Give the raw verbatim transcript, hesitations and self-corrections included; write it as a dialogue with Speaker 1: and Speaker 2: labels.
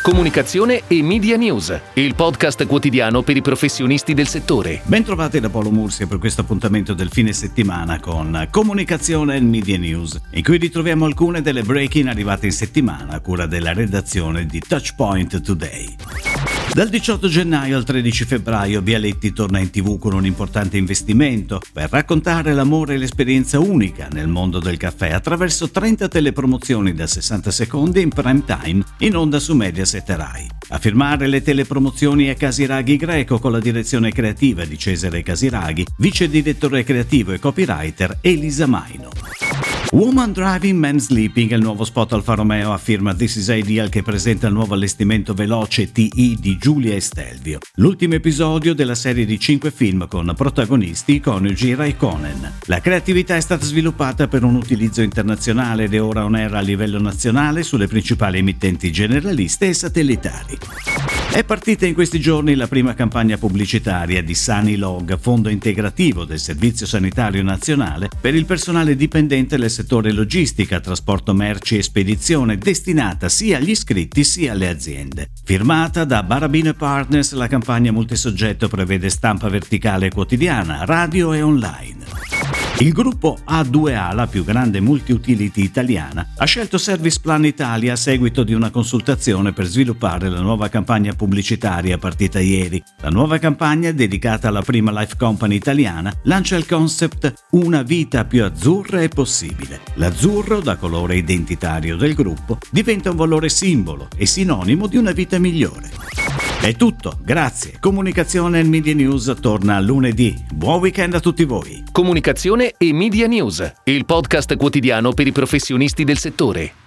Speaker 1: Comunicazione e Media News, il podcast quotidiano per i professionisti del settore.
Speaker 2: Bentrovati da Paolo Mursia per questo appuntamento del fine settimana con Comunicazione e Media News, in cui ritroviamo alcune delle breaking arrivate in settimana a cura della redazione di Touchpoint Today. Dal diciotto gennaio al tredici febbraio Bialetti torna in tivù con un importante investimento per raccontare l'amore e l'esperienza unica nel mondo del caffè attraverso trenta telepromozioni da sessanta secondi in prime time in onda su Mediaset e Rai. A firmare le telepromozioni è Casiraghi Greco con la direzione creativa di Cesare Casiraghi, vice direttore creativo e copywriter Elisa Maino. Woman Driving, Man Sleeping è il nuovo spot Alfa Romeo a firma This Is Ideal che presenta il nuovo allestimento veloce T I di Giulia e Stelvio, l'ultimo episodio della serie di cinque film con protagonisti i coniugi Raikkonen. La creatività è stata sviluppata per un utilizzo internazionale ed è ora on air a livello nazionale sulle principali emittenti generaliste e satellitari. È partita in questi giorni la prima campagna pubblicitaria di Sanilog, fondo integrativo del Servizio Sanitario Nazionale per il personale dipendente del settore logistica, trasporto merci e spedizione, destinata sia agli iscritti sia alle aziende. Firmata da Barabino Partners, la campagna multisoggetto prevede stampa verticale quotidiana, radio e online. Il gruppo A due A, la più grande multi-utility italiana, ha scelto Service Plan Italia a seguito di una consultazione per sviluppare la nuova campagna pubblicitaria partita ieri. La nuova campagna, dedicata alla prima life company italiana, lancia il concept Una vita più azzurra è possibile. L'azzurro, da colore identitario del gruppo, diventa un valore simbolo e sinonimo di una vita migliore. È tutto, grazie. Comunicazione e Media News torna lunedì. Buon weekend a tutti voi.
Speaker 1: Comunicazione e Media News, il podcast quotidiano per i professionisti del settore.